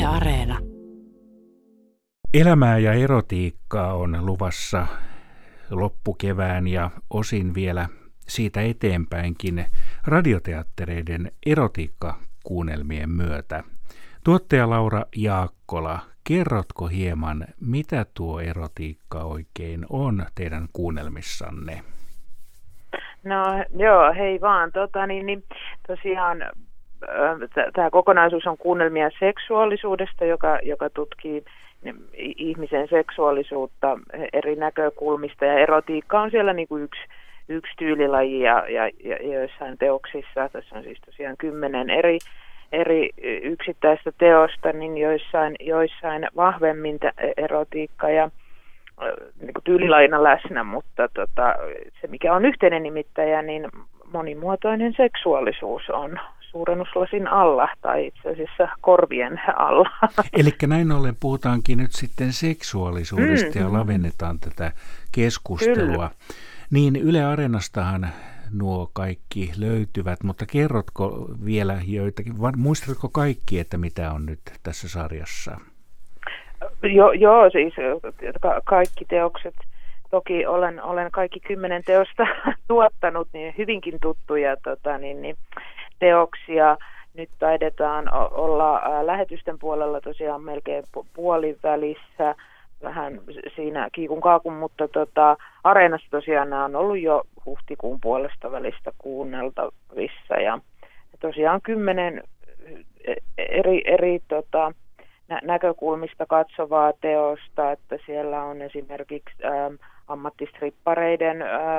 Areena. Elämää ja erotiikkaa on luvassa loppukevään ja osin vielä siitä eteenpäinkin radioteattereiden erotiikkakuunnelmien myötä. Tuottaja Laura Jaakkola, kerrotko hieman, mitä tuo erotiikka oikein on teidän kuunnelmissanne? No joo, hei vaan. Tosiaan tämä kokonaisuus on kuunnelmia seksuaalisuudesta, joka tutkii ihmisen seksuaalisuutta eri näkökulmistä, ja erotiikka on siellä niin kuin yksi tyylilaji, ja joissain teoksissa, tässä on siis tosiaan 10 eri yksittäistä teosta, niin joissain vahvemmin erotiikka ja niin kuin tyylilajina läsnä, mutta se mikä on yhteinen nimittäjä, niin monimuotoinen seksuaalisuus on suurennuslasin alla tai itse asiassa korvien alla. Eli näin ollen puhutaankin nyt sitten seksuaalisuudesta ja lavennetaan tätä keskustelua. Kyllä. Niin Yle Areenastahan nuo kaikki löytyvät, mutta kerrotko vielä joitakin, muistatko kaikki, että mitä on nyt tässä sarjassa? Joo, siis kaikki teokset. Toki olen kaikki 10 teosta tuottanut, niin hyvinkin tuttuja teoksia. Nyt taidetaan olla lähetysten puolella tosiaan melkein puolivälissä, vähän siinä kiikun kaakun, mutta Areenassa tosiaan nämä on ollut jo huhtikuun puolesta välistä kuunneltavissa. Ja tosiaan 10 eri näkökulmista katsovaa teosta, että siellä on esimerkiksi ammattistrippareiden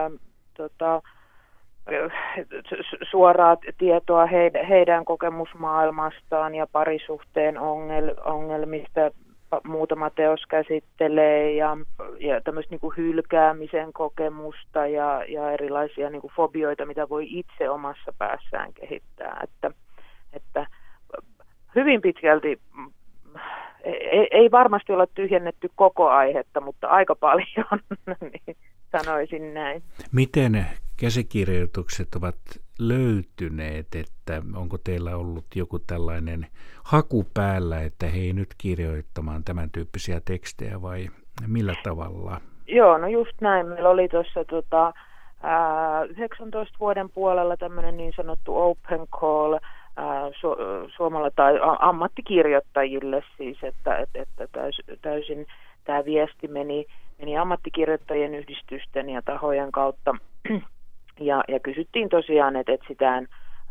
suoraa tietoa heidän kokemusmaailmastaan ja parisuhteen ongelmista muutama teos käsittelee, ja tämmöistä niin kuin hylkäämisen kokemusta ja erilaisia niin kuin fobioita, mitä voi itse omassa päässään kehittää, että hyvin pitkälti ei varmasti olla tyhjennetty koko aihetta, mutta aika paljon, niin sanoisin näin. Miten käsikirjoitukset ovat löytyneet, että onko teillä ollut joku tällainen haku päällä, että hei nyt kirjoittamaan tämän tyyppisiä tekstejä vai millä tavalla? Joo, no just näin. Meillä oli tuossa 19 vuoden puolella tämmöinen niin sanottu open call suomalla tai ammattikirjoittajille siis, että täysin tämä viesti meni ammattikirjoittajien yhdistysten ja tahojen kautta ja kysyttiin tosiaan, että etsitään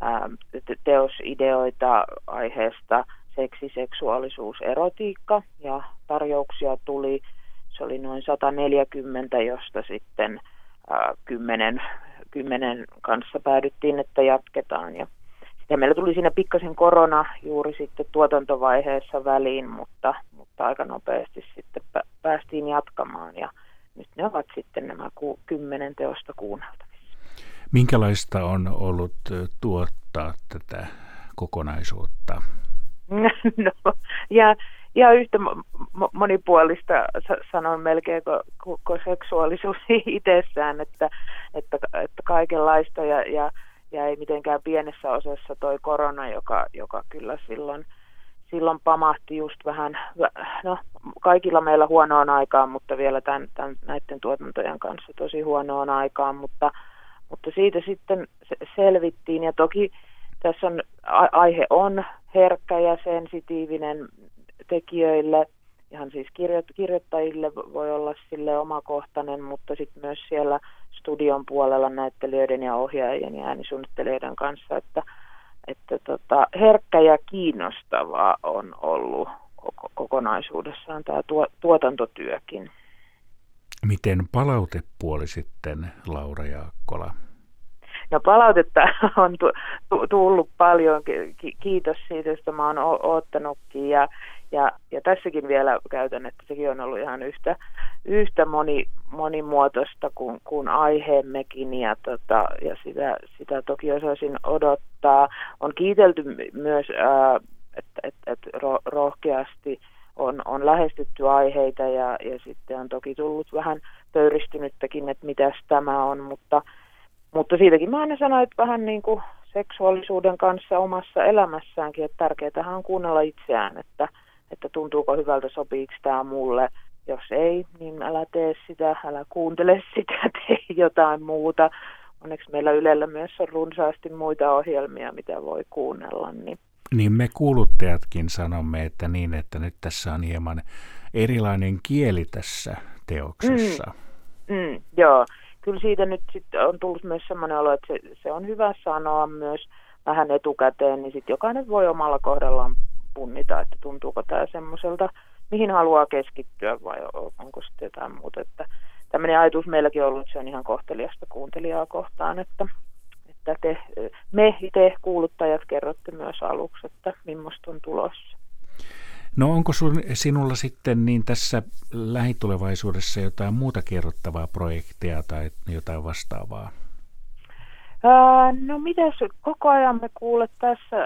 teosideoita aiheesta seksi, seksuaalisuus, erotiikka, ja tarjouksia tuli, se oli noin 140, josta sitten 10 kanssa päädyttiin, että jatketaan. Ja meillä tuli siinä pikkasen korona juuri sitten tuotantovaiheessa väliin, mutta aika nopeasti sitten päästiin jatkamaan, ja nyt ne ovat sitten nämä 10 teosta kuunneltavissa. Minkälaista on ollut tuottaa tätä kokonaisuutta? No, ja yhtä monipuolista sanon melkein kuin seksuaalisuus itsessään, että kaikenlaista ja ei mitenkään pienessä osassa toi korona, joka kyllä silloin pamahti just vähän, no kaikilla meillä huonoon aikaan, mutta vielä näiden tuotantojen kanssa tosi huonoon aikaan, mutta siitä sitten selvittiin, ja toki tässä aihe on herkkä ja sensitiivinen tekijöille, ihan siis kirjoittajille voi olla sille omakohtainen, mutta sitten myös siellä studion puolella näyttelijöiden ja ohjaajien ja äänisuunnittelijoiden kanssa, että herkkä ja kiinnostavaa on ollut kokonaisuudessaan tämä tuotantotyökin. Miten palautepuoli sitten, Laura Jaakkola? No palautetta on tullut paljon, kiitos siitä, että mä oon oottanutkin, ja tässäkin vielä käytän, että sekin on ollut ihan yhtä monimuotoista kuin aiheemmekin, ja sitä toki osaisin odottaa. On kiitelty myös, että rohkeasti on lähestytty aiheita, ja sitten on toki tullut vähän pöyristynyttäkin, että mitäs tämä on, mutta siitäkin mä aina sanoin, että vähän niin kuin seksuaalisuuden kanssa omassa elämässäänkin, että tärkeätähän on kuunnella itseään, että että tuntuuko hyvältä, sopiiko tämä mulle. Jos ei, niin älä tee sitä, älä kuuntele sitä, tee jotain muuta. Onneksi meillä Ylellä myös on runsaasti muita ohjelmia, mitä voi kuunnella. Niin me kuuluttajatkin sanomme, että nyt tässä on hieman erilainen kieli tässä teoksessa. Joo, kyllä siitä nyt sit on tullut myös sellainen olo, että se on hyvä sanoa myös vähän etukäteen, niin sitten jokainen voi omalla kohdallaan punnita, että tuntuuko tämä semmoiselta, mihin haluaa keskittyä vai onko sitten jotain muuta. Että tämmöinen ajatus meilläkin on ollut, että se on ihan kohteliasta kuuntelijaa kohtaan, että te kuuluttajat kerrotte myös aluksi, että millaista on tulossa. No onko sinulla sitten niin tässä lähitulevaisuudessa jotain muuta kerrottavaa projektia tai jotain vastaavaa? No mitäs, koko ajan me tässä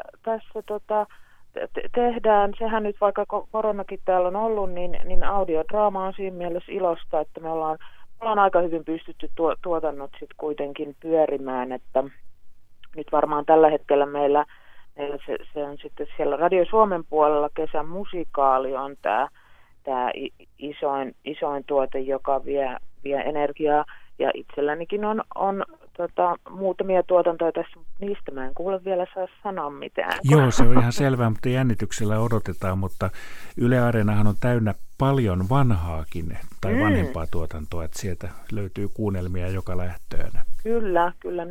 tehdään, sehän nyt vaikka koronakin täällä on ollut, niin audiodraama on siinä mielessä ilosta, että me ollaan aika hyvin pystytty tuotannot sitten kuitenkin pyörimään, että nyt varmaan tällä hetkellä meillä se on sitten siellä Radio Suomen puolella kesän musikaali on tämä isoin tuote, joka vie energiaa. Ja itsellänikin on muutamia tuotantoja tässä, mutta niistä mä en kuule vielä saa sanoa mitään. Joo, se on ihan selvää, mutta jännityksellä odotetaan, mutta Yle Areenahan on täynnä paljon vanhaakin tai vanhempaa tuotantoa, että sieltä löytyy kuunnelmia joka lähtöön. Kyllä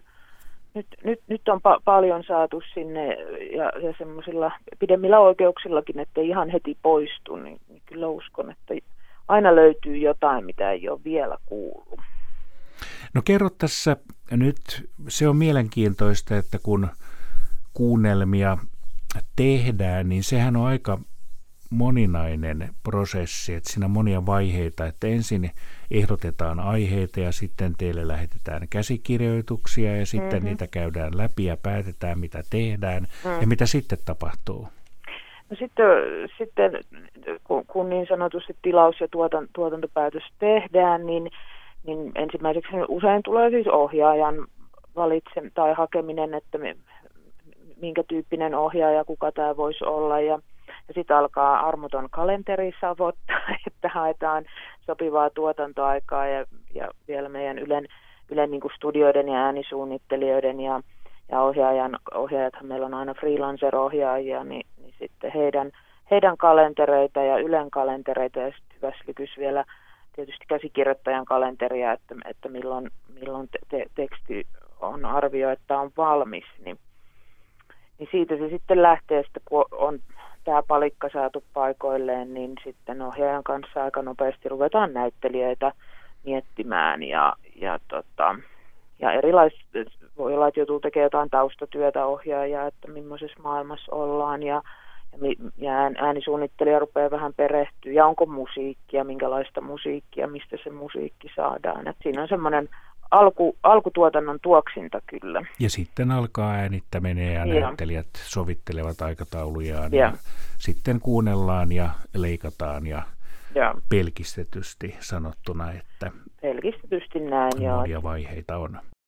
nyt on paljon saatu sinne ja semmoisilla pidemmillä oikeuksillakin, että ei ihan heti poistu, niin kyllä uskon, että aina löytyy jotain, mitä ei ole vielä kuullut. No kerro tässä nyt, se on mielenkiintoista, että kun kuunnelmia tehdään, niin sehän on aika moninainen prosessi, että siinä on monia vaiheita, että ensin ehdotetaan aiheita ja sitten teille lähetetään käsikirjoituksia ja sitten niitä käydään läpi ja päätetään, mitä tehdään ja mitä sitten tapahtuu. No sitten kun niin sanotusti tilaus- ja tuotantopäätös tehdään, niin ensimmäiseksi usein tulee siis ohjaajan tai hakeminen, että minkä tyyppinen ohjaaja, kuka tämä voisi olla. Ja sitten alkaa armoton kalenteri savottaa, että haetaan sopivaa tuotantoaikaa ja vielä meidän Ylen niin kuin studioiden ja äänisuunnittelijoiden ja ohjaajathan meillä on aina freelancer-ohjaajia, niin sitten heidän kalentereita ja Ylen kalentereita ja sitten hyvässä lykyssä vielä tietysti käsikirjoittajan kalenteria, että milloin teksti on arvio, että on valmis, niin siitä se sitten lähtee, että kun on tämä palikka saatu paikoilleen, niin sitten ohjaajan kanssa aika nopeasti ruvetaan näyttelijöitä miettimään ja erilaiset, voi olla, että joutuu tekemään jotain taustatyötä ohjaajaa, että millaisessa maailmassa ollaan ja äänisuunnittelija rupeaa vähän perehtyä ja onko musiikkia, minkälaista musiikkia, mistä se musiikki saadaan. Et siinä on semmoinen alkutuotannon tuoksinta kyllä. Ja sitten alkaa äänittäminen ja näyttelijät sovittelevat aikataulujaan ja sitten kuunnellaan ja leikataan ja pelkistetysti sanottuna, että pelkistetysti näin, monia vaiheita on.